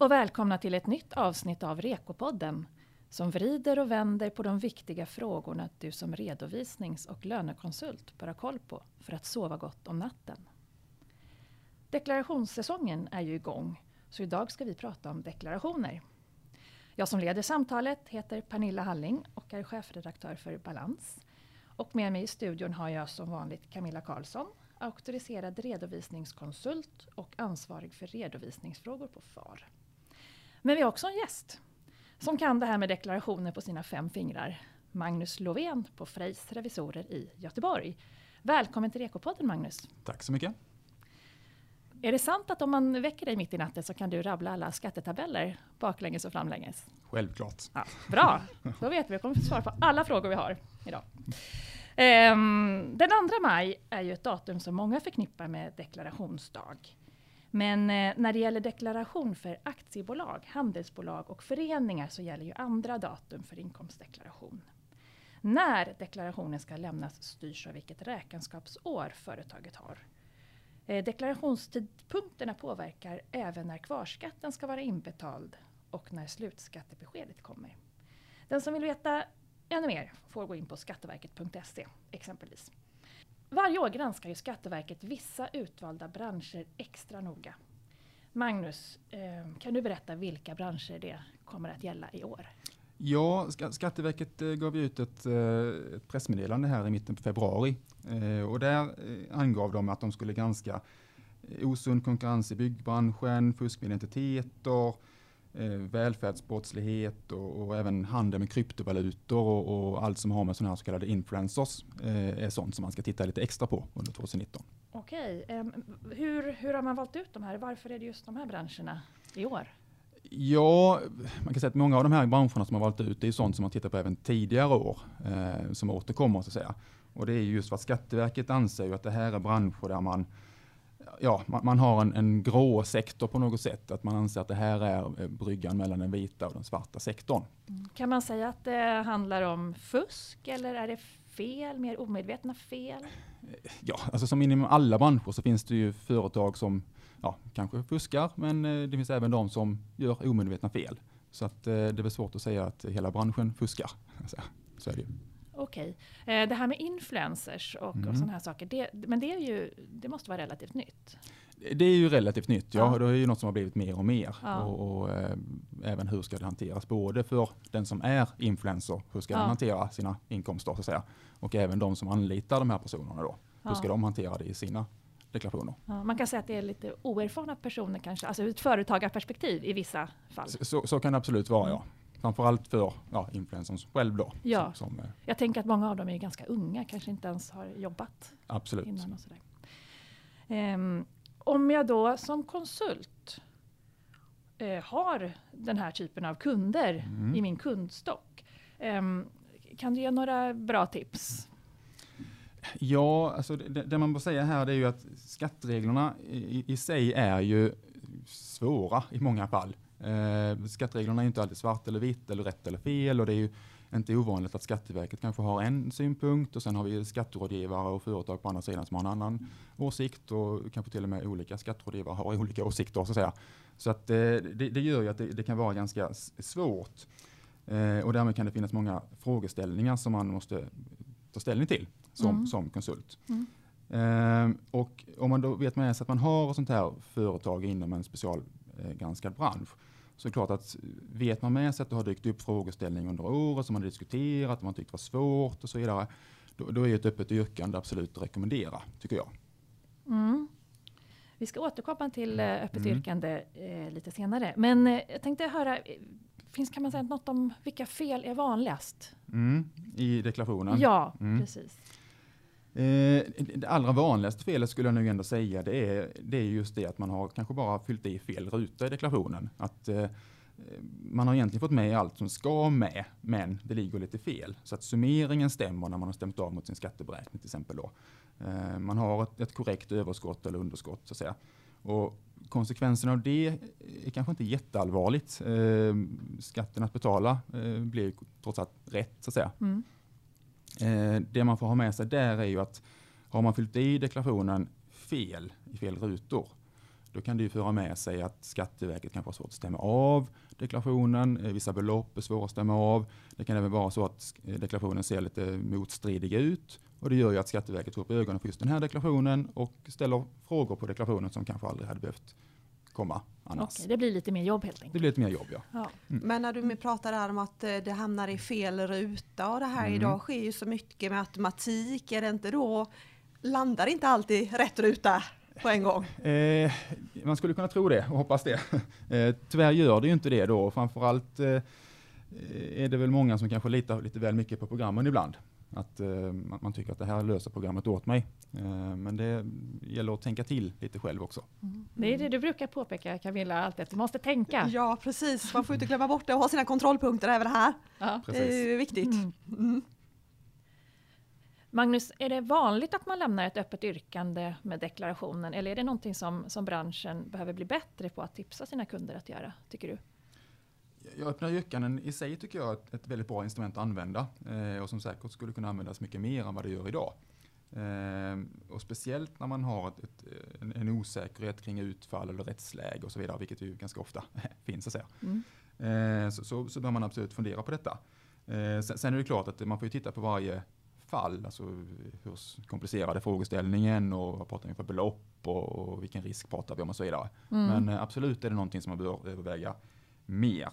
och välkomna till ett nytt avsnitt av Rekopodden som vrider och vänder på de viktiga frågorna du som redovisnings- och lönekonsult bör ha koll på för att sova gott om natten. Deklarationssäsongen är ju igång, så idag ska vi prata om deklarationer. Jag som leder samtalet heter Pernilla Halling och är chefredaktör för Balans. Och med mig i studion har jag som vanligt Camilla Karlsson, auktoriserad redovisningskonsult och ansvarig för redovisningsfrågor på FAR. Men vi har också en gäst som kan det här med deklarationer på sina 5 fingrar. Magnus Lovén på Freys Revisorer i Göteborg. Välkommen till Rekopodden, Magnus. Tack så mycket. Är det sant att om man väcker dig mitt i natten så kan du rabbla alla skattetabeller baklänges och framlänges? Självklart. Ja, bra, då vet vi. Jag kommer att svara på alla frågor vi har idag. Den 2 maj är ju ett datum som många förknippar med deklarationsdag. Men när det gäller deklaration för aktiebolag, handelsbolag och föreningar så gäller ju andra datum för inkomstdeklaration. När deklarationen ska lämnas styrs av vilket räkenskapsår företaget har. Deklarationstidpunkterna påverkar även när kvarskatten ska vara inbetald och när slutskattebeskedet kommer. Den som vill veta ännu mer får gå in på skatteverket.se exempelvis. Varje år granskar ju Skatteverket vissa utvalda branscher extra noga. Magnus, kan du berätta vilka branscher det kommer att gälla i år? Ja, Skatteverket gav ut ett pressmeddelande här i mitten på februari. Och där angav de att de skulle granska osund konkurrens i byggbranschen, fusk med identiteter, välfärdsbrottslighet och även handel med kryptovalutor och allt som har med sådana här så kallade influencers är sånt som man ska titta lite extra på under 2019. Okej, hur har man valt ut de här? Varför är det just de här branscherna i år? Ja, man kan säga att många av de här branscherna som man valt ut är sånt som man tittar på även tidigare år som återkommer så att säga. Och det är just för att Skatteverket anser ju att det här är branscher där man har en grå sektor på något sätt. Att man anser att det här är bryggan mellan den vita och den svarta sektorn. Kan man säga att det handlar om fusk eller är det fel, mer omedvetna fel? Ja, alltså som inom alla branscher så finns det ju företag som kanske fuskar, men det finns även de som gör omedvetna fel. Så att det är väl svårt att säga att hela branschen fuskar. Så är det ju. Okej. Det här med influencers och sådana här saker, det måste vara relativt nytt. Det är ju relativt nytt, Ja. Det är ju något som har blivit mer och mer. Ja. Och även hur ska det hanteras? Både för den som är influencer, hur ska den hantera sina inkomster så att säga. Och även de som anlitar de här personerna då. Hur ska de hantera det i sina deklarationer? Ja, man kan säga att det är lite oerfarna personer kanske, alltså ur ett företagarperspektiv i vissa fall. Så kan det absolut vara, ja. Framförallt för influencers själv då. Ja, jag tänker att många av dem är ganska unga, kanske inte ens har jobbat absolut. Innan och sådär. Om jag då som konsult har den här typen av kunder i min kundstock, kan du ge några bra tips? Ja, alltså det man bör säga här det är ju att skattereglerna i sig är ju svåra i många fall. Skattereglerna är inte alltid svart eller vitt eller rätt eller fel och det är ju inte ovanligt att Skatteverket kanske har en synpunkt och sen har vi skatterådgivare och företag på andra sidan som har en annan åsikt och kanske till och med olika skatterådgivare har olika åsikter så att säga. Så att det gör ju att det kan vara ganska svårt och därmed kan det finnas många frågeställningar som man måste ta ställning till som konsult. Och om man då vet med sig att man har sånt här företag inom en specialgranskad bransch så är det klart att vet man med sig att det har dykt upp frågeställningar under året som man har diskuterat och man tyckt var svårt och så vidare, då är ett öppet yrkande absolut att rekommendera, tycker jag. Vi ska återkomma till öppet yrkande lite senare. Men jag tänkte höra, kan man säga något om vilka fel är vanligast? I deklarationen? Ja, precis. Det allra vanligaste felet skulle jag nog ändå säga det är just det att man har kanske bara fyllt i fel ruta i deklarationen. Att man har egentligen fått med allt som ska med, men det ligger lite fel. Så att summeringen stämmer när man har stämt av mot sin skatteberäkning till exempel då. Man har ett korrekt överskott eller underskott så att säga. Och konsekvenserna av det är kanske inte jätteallvarligt. Skatten att betala blir trots allt rätt så att säga. Det man får ha med sig där är ju att har man fyllt i deklarationen fel i fel rutor då kan det ju föra med sig att Skatteverket kanske har svårt att stämma av deklarationen. Vissa belopp är svåra att stämma av. Det kan även vara så att deklarationen ser lite motstridig ut. Och det gör ju att Skatteverket får upp ögonen för just den här deklarationen och ställer frågor på deklarationen som kanske aldrig hade behövt komma annars. Okej, det blir lite mer jobb helt enkelt. Det blir lite mer jobb, ja. Men när du pratar där om att det hamnar i fel ruta och det här idag sker ju så mycket med automatik. Är det inte då, landar inte alltid rätt ruta på en gång? Man skulle kunna tro det och hoppas det. Tyvärr gör det ju inte det då. Framförallt är det väl många som kanske litar lite väl mycket på programmen ibland. Att man tycker att det här löser programmet åt mig. Men det gäller att tänka till lite själv också. Det är det du brukar påpeka, Camilla, alltid att du måste tänka. Ja, precis. Man får inte glömma bort det och ha sina kontrollpunkter även här. Ja. Det är ju viktigt. Magnus, är det vanligt att man lämnar ett öppet yrkande med deklarationen? Eller är det någonting som branschen behöver bli bättre på att tipsa sina kunder att göra, tycker du? Jag öppnar yrkanden i sig tycker jag är ett väldigt bra instrument att använda och som säkert skulle kunna användas mycket mer än vad det gör idag. Och speciellt när man har en osäkerhet kring utfall eller rättsläge och så vidare, vilket ju ganska ofta finns att säga. Så bör man absolut fundera på detta. Sen är det klart att man får ju titta på varje fall, alltså hur komplicerad är frågeställningen och vad pratar vi för belopp och vilken risk pratar vi om och så vidare. Men absolut är det någonting som man bör överväga mer.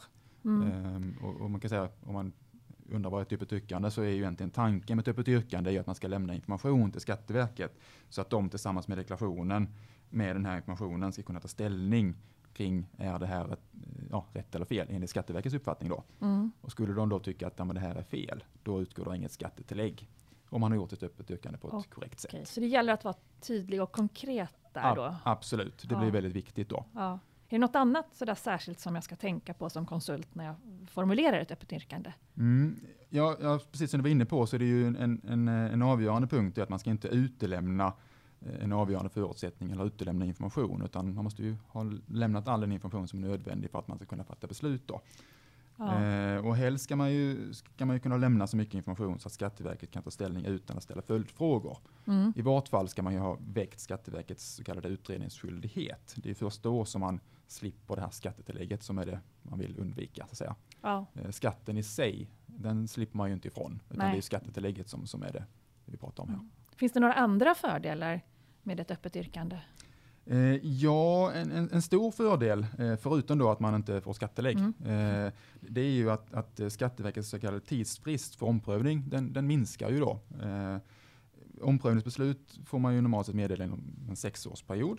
Och man kan säga, om man undrar vad ett öppet yrkande, så är ju egentligen tanken med ett öppet yrkande är att man ska lämna information till Skatteverket så att de tillsammans med deklarationen med den här informationen ska kunna ta ställning kring är det här rätt eller fel enligt Skatteverkets uppfattning då. Och skulle de då tycka att det här är fel, då utgår det inget skattetillägg om man har gjort ett öppet yrkande på ett korrekt sätt. Så det gäller att vara tydlig och konkret där då? Absolut, det blir väldigt viktigt då. Ja. Är det något annat sådär särskilt som jag ska tänka på som konsult när jag formulerar ett öppet yrkande? Ja, precis som du var inne på så är det ju en avgörande punkt att man ska inte utelämna en avgörande förutsättning eller utelämna information, utan man måste ju ha lämnat all den information som är nödvändig för att man ska kunna fatta beslut då. Och helst ska man ju kunna lämna så mycket information så att Skatteverket kan ta ställning utan att ställa följdfrågor. I vart fall ska man ju ha väckt Skatteverkets så kallade utredningsskyldighet. Det är först då som man slipper det här skattetillägget som är det man vill undvika, så att säga. Skatten i sig, den slipper man ju inte ifrån, utan det är skattetillägget som är det vi pratar om här. Finns det några andra fördelar med ett öppet yrkande? Ja, en stor fördel, förutom då att man inte får skattelägg, det är ju att Skatteverkets så kallade tidsfrist för omprövning, den minskar ju då. Omprövningsbeslut får man ju normalt sett meddela inom en 6-årsperiod.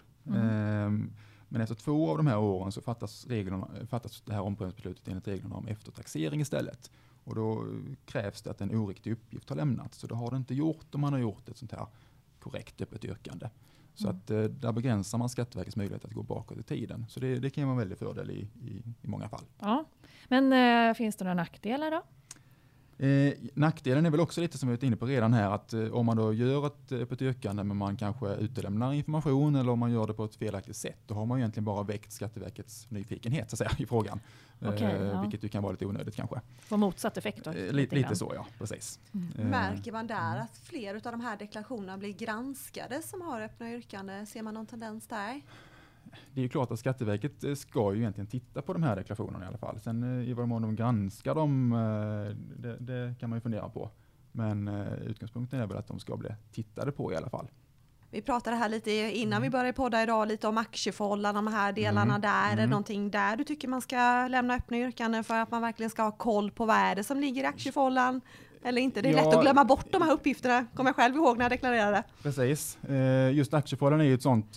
Men efter 2 av de här åren så fattas det här omprövningsbeslutet enligt reglerna om eftertaxering istället. Och då krävs det att en oriktig uppgift har lämnats. Så det har det inte gjort om man har gjort ett sånt här korrekt öppet yrkande. Så att där begränsar man Skatteverkets möjlighet att gå bakåt i tiden. Så det kan vara en väldigt fördel i många fall. Ja. Men finns det några nackdelar då? Nackdelen är väl också lite som vi varit inne på redan här, att om man då gör ett öppet yrkande men man kanske utelämnar information eller om man gör det på ett felaktigt sätt, då har man egentligen bara väckt Skatteverkets nyfikenhet så att säga, i frågan. Vilket ju kan vara lite onödigt kanske. Få motsatt effekt då? Lite så, ja, precis. Märker man där att fler av de här deklarationerna blir granskade som har öppna yrkande? Ser man någon tendens där? Det är ju klart att Skatteverket ska ju egentligen titta på de här deklarationerna i alla fall. Sen i vad mån de granskar dem, det kan man ju fundera på. Men utgångspunkten är väl att de ska bli tittade på i alla fall. Vi pratade här lite innan vi började podda idag lite om aktieförhållanden, de här delarna där. Är det någonting där du tycker man ska lämna öppna yrkanden för att man verkligen ska ha koll på vad är det som ligger i aktieförhållanden? Eller inte? Det är lätt att glömma bort de här uppgifterna. Kommer jag själv ihåg när jag deklarerade. Precis. Just aktieförhållanden är ju ett sånt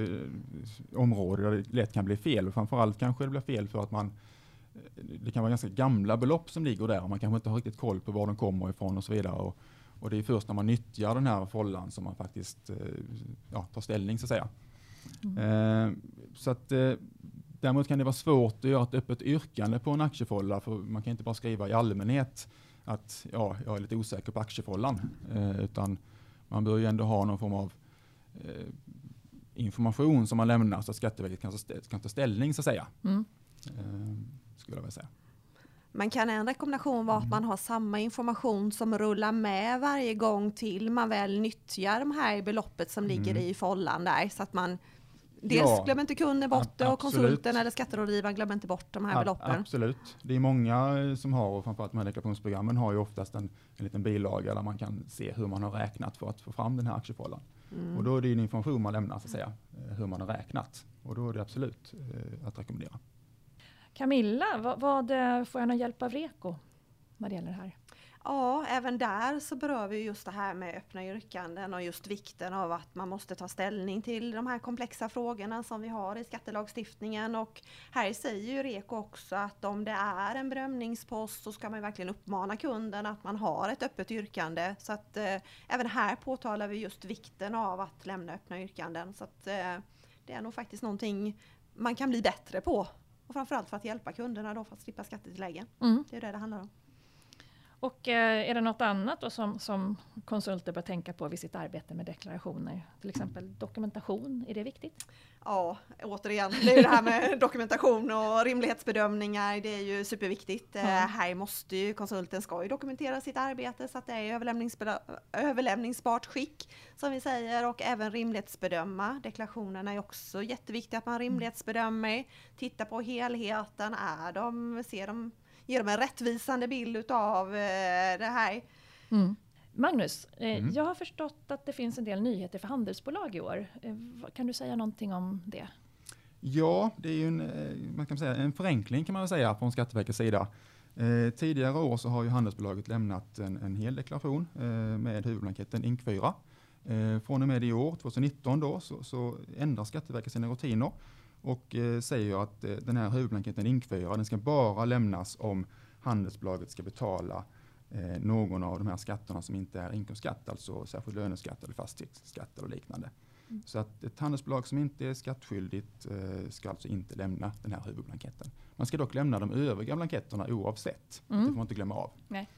område där det lätt kan bli fel. Framförallt kanske det blir fel för att det kan vara ganska gamla belopp som ligger där. Och man kanske inte har riktigt koll på var de kommer ifrån och så vidare. Och det är först när man nyttjar den här fållan som man faktiskt tar ställning så att säga. Så att däremot kan det vara svårt att göra ett öppet yrkande på en aktiefålla. För man kan inte bara skriva i allmänhet att jag är lite osäker på aktiefållan, utan man bör ju ändå ha någon form av information som man lämnar så att Skatteverket kan ta ställning så att säga. Skulle jag vilja säga. Men kan en rekommendation vara att man har samma information som rullar med varje gång till man väl nyttjar de här beloppet som ligger i fållan där, så att man Dels glömmer inte kunden bort det och absolut. konsulten eller skatterådgivaren glömmer inte bort de här beloppen. Absolut. Det är många som har, och framförallt de här deklarationsprogrammen har ju oftast en liten bilaga där man kan se hur man har räknat för att få fram den här aktiefållan. Och då är det en information man lämnar, så att säga, hur man har räknat. Och då är det absolut att rekommendera. Camilla, vad får jag någon hjälp av REKO vad det gäller det här? Ja, även där så berör vi just det här med öppna yrkanden och just vikten av att man måste ta ställning till de här komplexa frågorna som vi har i skattelagstiftningen. Och här säger ju REKO också att om det är en bedömningspost så ska man verkligen uppmana kunden att man har ett öppet yrkande. Så att även här påtalar vi just vikten av att lämna öppna yrkanden. Så att det är nog faktiskt någonting man kan bli bättre på. Och framförallt för att hjälpa kunderna då för att slippa skattetilläggen. Det är det handlar om. Och är det något annat då som konsulter bör tänka på vid sitt arbete med deklarationer? Till exempel dokumentation, är det viktigt? Ja, återigen, det är ju det här med dokumentation och rimlighetsbedömningar, det är ju superviktigt. Här måste ju konsulten ska ju dokumentera sitt arbete så att det är överlämningsbart skick som vi säger, och även rimlighetsbedöma. Deklarationerna är också jätteviktigt att man rimlighetsbedömer, titta på helheten, ger dem en rättvisande bild av det här. Magnus, jag har förstått att det finns en del nyheter för handelsbolag i år. Kan du säga någonting om det? Ja, det är ju en förenkling kan man väl säga från Skatteverkets sida. Tidigare år så har ju handelsbolaget lämnat en hel deklaration med huvudblanketten INK4. Från och med i år, 2019 då, så ändrar Skatteverket sina rutiner och säger att den här huvudblanketten INK4 den ska bara lämnas om handelsbolaget ska betala någon av de här skatterna som inte är inkomstskatt, alltså särskild löneskatt eller fastighetsskatt eller liknande. Så att ett handelsbolag som inte är skattskyldigt ska alltså inte lämna den här huvudblanketten. Man ska dock lämna de övriga blanketterna oavsett. Det får man inte glömma av. Nej.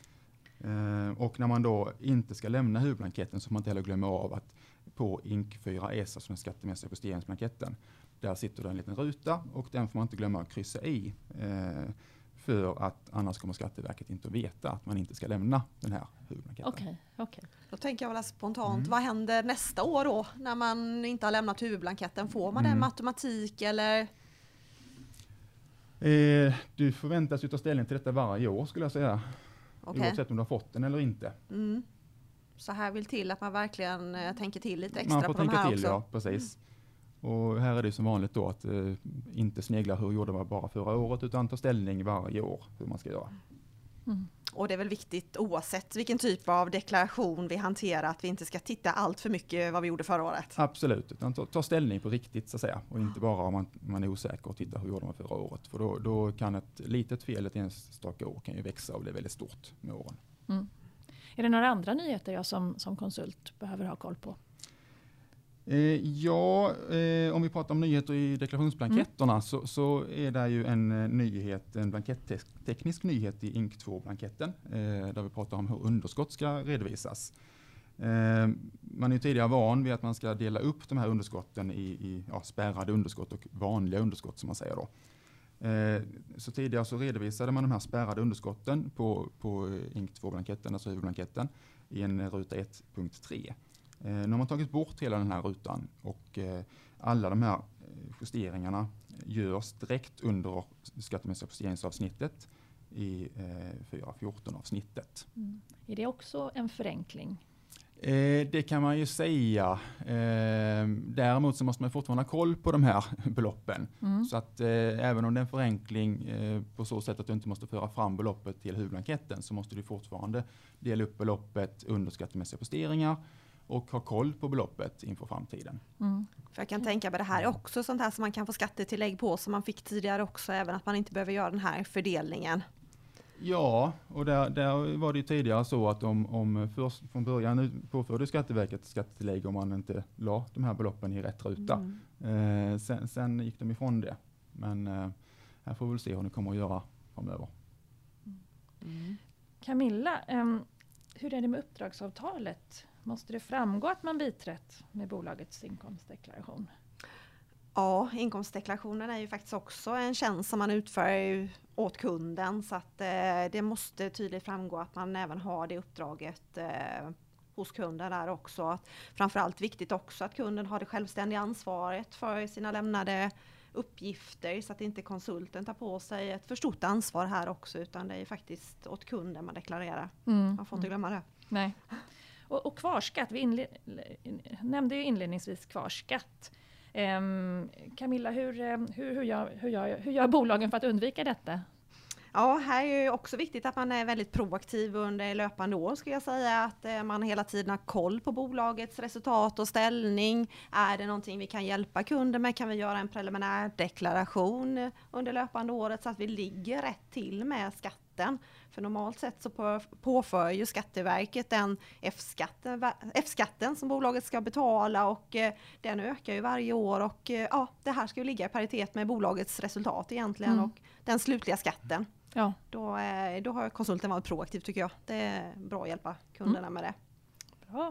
Och när man då inte ska lämna huvudblanketten så får man inte heller glömma av att på INK4S, alltså den skattemässiga justeringsblanketten, där sitter det en liten ruta och den får man inte glömma att kryssa i. För att annars kommer Skatteverket inte att veta att man inte ska lämna den här huvudblanketten. Okej. Då tänker jag väl spontant, vad händer nästa år då när man inte har lämnat huvudblanketten? Får man den med automatik eller? Du förväntas ju ta ställning till detta varje år skulle jag säga. Oavsett om du har fått den eller inte. Så här vill till att man verkligen tänker till lite extra man får på de här tänka till, också. Ja, precis. Och här är det som vanligt då att inte snegla hur gjorde man bara förra året utan ta ställning varje år hur man ska göra. Och det är väl viktigt oavsett vilken typ av deklaration vi hanterar att vi inte ska titta allt för mycket vad vi gjorde förra året. Absolut, utan ta ställning på riktigt så att säga och inte bara om man är osäker och titta hur gjorde man förra året. För då kan ett litet fel ett enstaka år kan ju växa och bli väldigt stort med åren. Är det några andra nyheter jag som konsult behöver ha koll på? Om vi pratar om nyheter i deklarationsblanketterna så är det ju en blanketteknisk nyhet i INK2-blanketten där vi pratar om hur underskott ska redovisas. Man är ju tidigare van vid att man ska dela upp de här underskotten i spärrade underskott och vanliga underskott som man säger då. Så tidigare så redovisade man de här spärrade underskotten på INK2-blanketten, alltså huvudblanketten, i en ruta 1.3. Nu har man tagit bort hela den här rutan och alla de här justeringarna görs direkt under skattemässiga justeringsavsnittet i 4.14-avsnittet. Är det också en förenkling? Det kan man ju säga. Däremot så måste man fortfarande ha koll på de här beloppen. Så att även om det är en förenkling på så sätt att du inte måste föra fram beloppet till huvudblanketten så måste du fortfarande dela upp beloppet under skattemässiga justeringar och ha koll på beloppet inför framtiden. För jag kan tänka mig det här är också sånt här som man kan få skattetillägg på som man fick tidigare också, även att man inte behöver göra den här fördelningen. Ja, och där var det ju tidigare så att om först från början påförde Skatteverket skattetillägg om man inte la de här beloppen i rätt ruta. Sen gick de ifrån det. Men här får vi väl se hur det kommer att göra framöver. Camilla, hur är det med uppdragsavtalet? Måste det framgå att man biträtt med bolagets inkomstdeklaration? Ja, inkomstdeklarationen är ju faktiskt också en tjänst som man utför åt kunden så att det måste tydligt framgå att man även har det uppdraget hos kunden där också. Att framförallt viktigt också att kunden har det självständiga ansvaret för sina lämnade uppgifter så att inte konsulten tar på sig ett för stort ansvar här också, utan det är faktiskt åt kunden man deklarerar. Man får inte glömma det. Nej. Och kvarskatt, vi nämnde ju inledningsvis kvarskatt. Camilla, hur gör bolagen för att undvika detta? Ja, här är ju också viktigt att man är väldigt proaktiv under löpande år, skulle jag säga. Att man hela tiden har koll på bolagets resultat och ställning. Är det någonting vi kan hjälpa kunder med? Kan vi göra en preliminär deklaration under löpande året så att vi ligger rätt till med skatten? För normalt sett så påför ju Skatteverket den F-skatten som bolaget ska betala, och den ökar ju varje år, och det här ska ju ligga i paritet med bolagets resultat egentligen och den slutliga skatten. Ja. Då har konsulten varit proaktiv, tycker jag. Det är bra att hjälpa kunderna med det. Bra.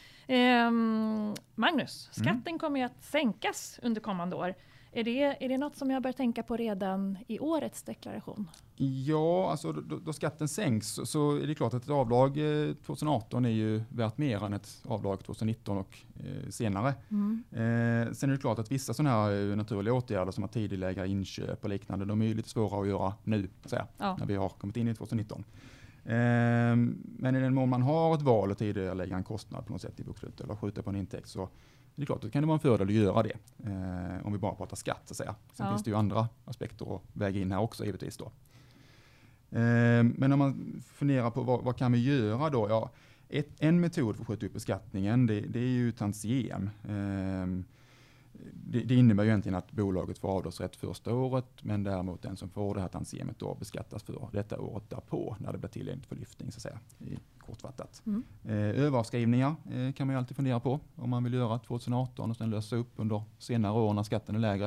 Magnus, skatten kommer ju att sänkas under kommande år. Är det något som jag bör tänka på redan i årets deklaration? Ja, alltså då skatten sänks så är det klart att ett avdrag 2018 är ju värt mer än ett avdrag 2019 och senare. Sen är det klart att vissa sådana här naturliga åtgärder som att tidigarelägga inköp och liknande, de är ju lite svåra att göra nu, när vi har kommit in i 2019. Men i den mån man har ett val att tidigarelägga en kostnad på något sätt i bokslutet eller skjuta på en intäkt, så det är klart, då kan det vara en fördel att göra det. Om vi bara pratar skatt, så att säga. Sen finns det ju andra aspekter att väga in här också, givetvis då. Men om man funderar på vad kan vi göra då? Ja, en metod för att skjuta upp beskattningen, det är ju tantiem. Det innebär ju egentligen att bolaget får avdragsrätt första året, men däremot den som får det här tantiemet då beskattas för detta året därpå, när det blir tillgängligt för lyftning, så att säga, kortfattat. Överavskrivningar kan man ju alltid fundera på om man vill göra 2018 och sen lösa upp under senare år när skatten är lägre.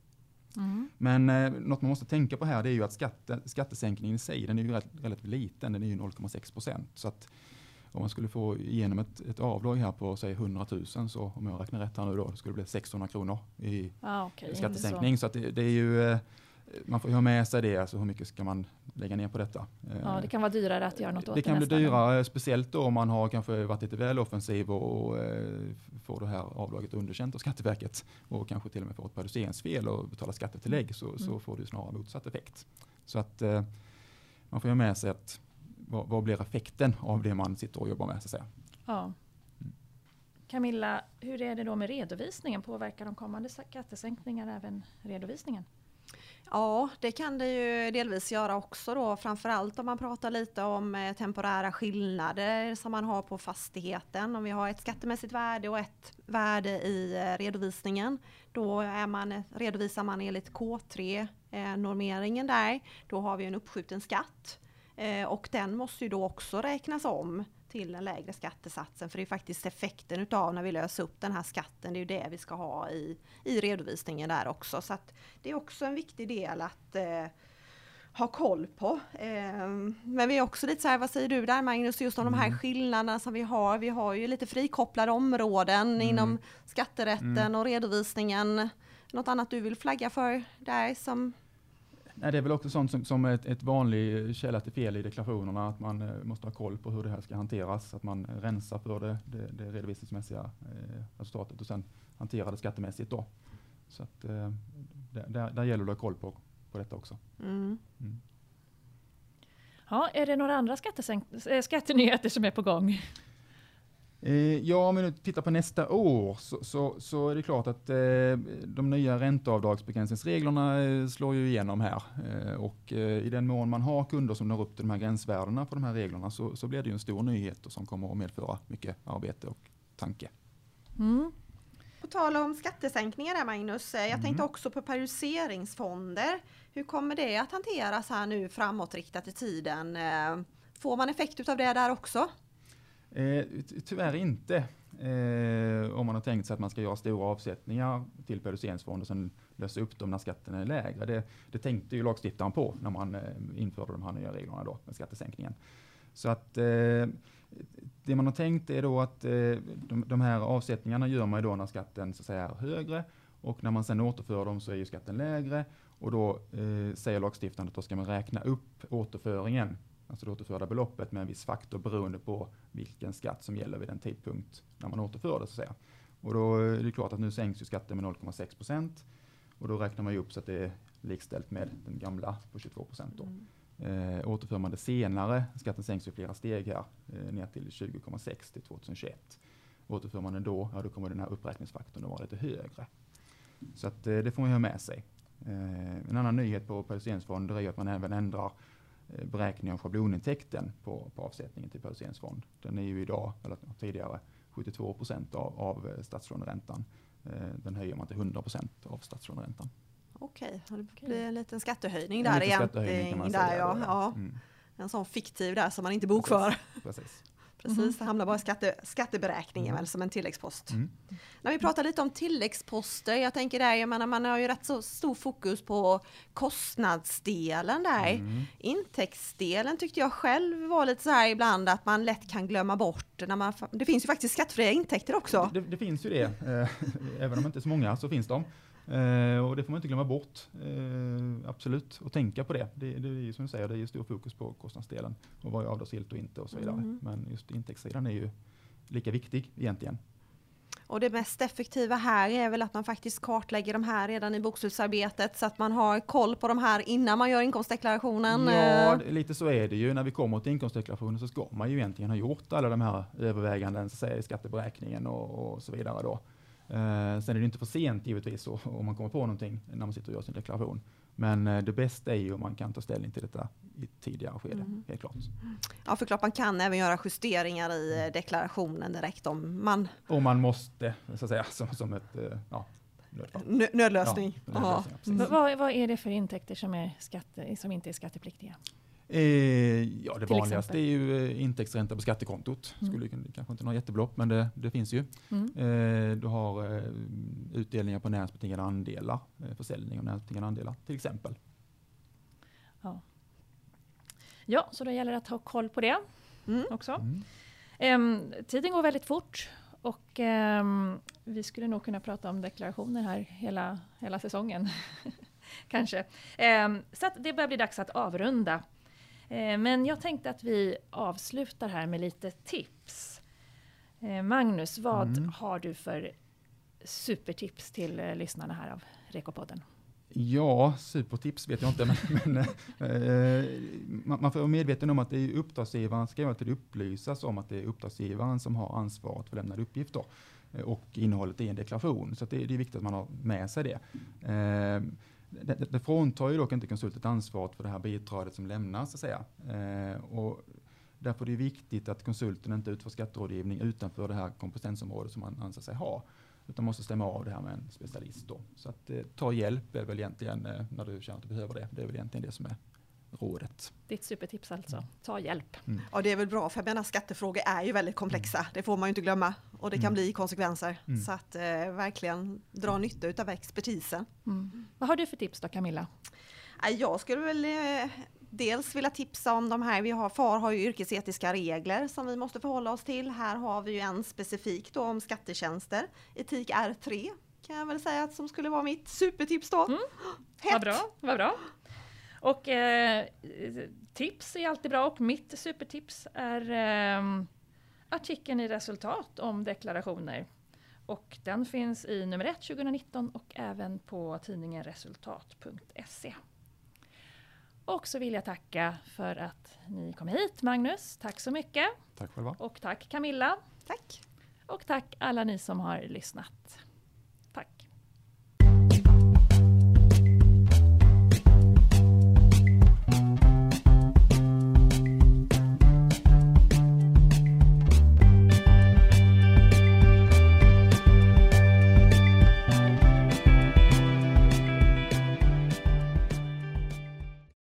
Men något man måste tänka på här, det är ju att skattesänkningen i sig, den är ju relativt liten, den är ju 0,6%. Så att om man skulle få igenom ett avdrag här på säg 100 000, så om jag räknar rätt här nu då, skulle det bli 600 kronor i skattesänkning. Så att det är ju, man får ju ha med sig det, alltså hur mycket ska man lägga ner på detta. Ja, det kan vara dyrare att göra något åt det. Det kan bli dyrare, speciellt då om man har kanske varit lite väl offensiv och får det här avdraget underkänt av Skatteverket och kanske till och med får ett periodiseringsfel och betalar skattetillägg, så får det snarare motsatt effekt. Så att man får ha med sig att vad blir effekten av det man sitter och jobbar med, så att säga. Ja. Camilla, hur är det då med redovisningen? Påverkar de kommande skattesänkningar även redovisningen? Ja, det kan det ju delvis göra också då. Framförallt om man pratar lite om temporära skillnader som man har på fastigheten. Om vi har ett skattemässigt värde och ett värde i redovisningen, då redovisar man enligt K3-normeringen där. Då har vi en uppskjuten skatt. Och den måste ju då också räknas om till den lägre skattesatsen, för det är faktiskt effekten utav när vi löser upp den här skatten, det är ju det vi ska ha i redovisningen där också. Så att det är också en viktig del att ha koll på. Men vi är också lite så här, vad säger du där Magnus, just om de här skillnaderna som vi har. Vi har ju lite frikopplade områden inom skatterätten och redovisningen. Något annat du vill flagga för där som... Nej, det är väl också sånt som ett vanlig källa till fel i deklarationerna, att man måste ha koll på hur det här ska hanteras, att man rensar för det redovisningsmässiga resultatet och sen hanterar det skattemässigt då. Så att där gäller det att ha koll på detta också. Ja, är det några andra skattenyheter som är på gång? Ja, om vi nu tittar på nästa år så är det klart att de nya ränteavdragsbegränsningsreglerna slår ju igenom här. Och i den mån man har kunder som når upp till de här gränsvärdena på de här reglerna så blir det ju en stor nyhet och som kommer att medföra mycket arbete och tanke. På tal om skattesänkningar där Magnus, jag tänkte också på periodiseringsfonder. Hur kommer det att hanteras här nu framåtriktat i tiden? Får man effekt av det där också? Tyvärr inte. Om man har tänkt sig att man ska göra stora avsättningar till periodiseringsfonder och sen lösa upp dem när skatten är lägre. Det tänkte ju lagstiftaren på när man införde de här nya reglerna då med skattesänkningen. Så att det man har tänkt är då att de här avsättningarna gör man ju då när skatten så att säga är högre, och när man sen återför dem så är ju skatten lägre, och då säger lagstiftaren att då ska man räkna upp återföringen alltså det återförda beloppet med en viss faktor beroende på vilken skatt som gäller vid den tidpunkt när man återför det så att säga. Och då är det klart att nu sänks ju skatten med 0,6% och då räknar man ju upp så att det är likställt med den gamla på 22% då. Återför man det senare, skatten sänks ju flera steg här, ner till 20,6 till 2021. Återför man den då, ja, då kommer den här uppräkningsfaktorn att vara lite högre. Så att det får man ha med sig. En annan nyhet på periodiseringsfonder är att man även ändrar beräkningen av schablonintäkten på avsättningen till periodiseringsfond. Den är ju idag, eller tidigare, 72% av statslåneräntan. Den höjer man till 100% av statslåneräntan. Okej, det blir en liten skattehöjning där egentligen. En sån fiktiv där som man inte bokför. Precis, det hamnar bara i skatteberäkningen väl som en tilläggspost. När vi pratar lite om tilläggsposter, jag tänker där, man har ju rätt så stor fokus på kostnadsdelen där. Intäktsdelen tyckte jag själv var lite så här ibland att man lätt kan glömma bort. Det finns ju faktiskt skattefria intäkter också. Det finns ju det, även om inte så många så finns de. Och det får man inte glömma bort, absolut, och tänka på det. Det är ju som du säger, det är ju stor fokus på kostnadsdelen och vad är avdragsgillt och inte och så vidare. Men just intäktssidan är ju lika viktig egentligen. Och det mest effektiva här är väl att man faktiskt kartlägger de här redan i bokslutsarbetet så att man har koll på de här innan man gör inkomstdeklarationen. Ja, lite så är det ju. När vi kommer till inkomstdeklarationen så ska man ju egentligen ha gjort alla de här överväganden så säga, i skatteberäkningen och så vidare då. Sen är det inte för sent givetvis om man kommer på någonting när man sitter och gör sin deklaration. Men det bästa är ju om man kan ta ställning till detta i tidigare skede, helt klart. Ja, för klart man kan även göra justeringar i deklarationen direkt om man måste, så att säga, som ett nödlösning. Ja, Vad är det för intäkter som inte är skattepliktiga? Det vanligaste är ju intäktsränta på skattekontot. Skulle kanske inte några jättebelopp, men det finns ju. Du har utdelningar på näringsbetingade andelar, försäljning av näringsbetingade andelar till exempel. Ja, så då gäller det att ha koll på det också. Tiden går väldigt fort och vi skulle nog kunna prata om deklarationer här hela säsongen. Kanske. Så att det börjar bli dags att avrunda. Men jag tänkte att vi avslutar här med lite tips. Magnus, vad har du för supertips till lyssnarna här av Rekopodden? Ja, supertips vet jag inte, men man får vara medveten om att det är uppdragsgivaren ska alltid upplysas om att det är uppdragsgivaren som har ansvaret för lämnade uppgifter och innehållet i en deklaration. Så att det är viktigt att man har med sig det. Det fråntar ju dock inte konsultet ansvaret för det här bidraget som lämnas, så att säga. Och därför är det viktigt att konsulten inte utför skatterådgivning utanför det här kompetensområdet som man anser sig ha. Utan måste stämma av det här med en specialist då. Så att ta hjälp är väl egentligen, när du känner att du behöver det. Det är väl egentligen det som är rådet. Ditt supertips alltså. Ta hjälp. Ja, det är väl bra, för jag menar skattefrågor är ju väldigt komplexa. Det får man ju inte glömma. Och det kan bli konsekvenser. Så att verkligen dra nytta av expertisen. Vad har du för tips då, Camilla? Jag skulle väl dels vilja tipsa om de här. FAR har ju yrkesetiska regler som vi måste förhålla oss till. Här har vi ju en specifik då om skattetjänster. Etik R3 kan jag väl säga som skulle vara mitt supertips då. Vad bra. Och tips är alltid bra, och mitt supertips är artikeln i Resultat om deklarationer. Och den finns i nummer 1 2019 och även på tidningen resultat.se. Och så vill jag tacka för att ni kom hit, Magnus. Tack så mycket. Tack själva. Och tack Camilla. Tack. Och tack alla ni som har lyssnat.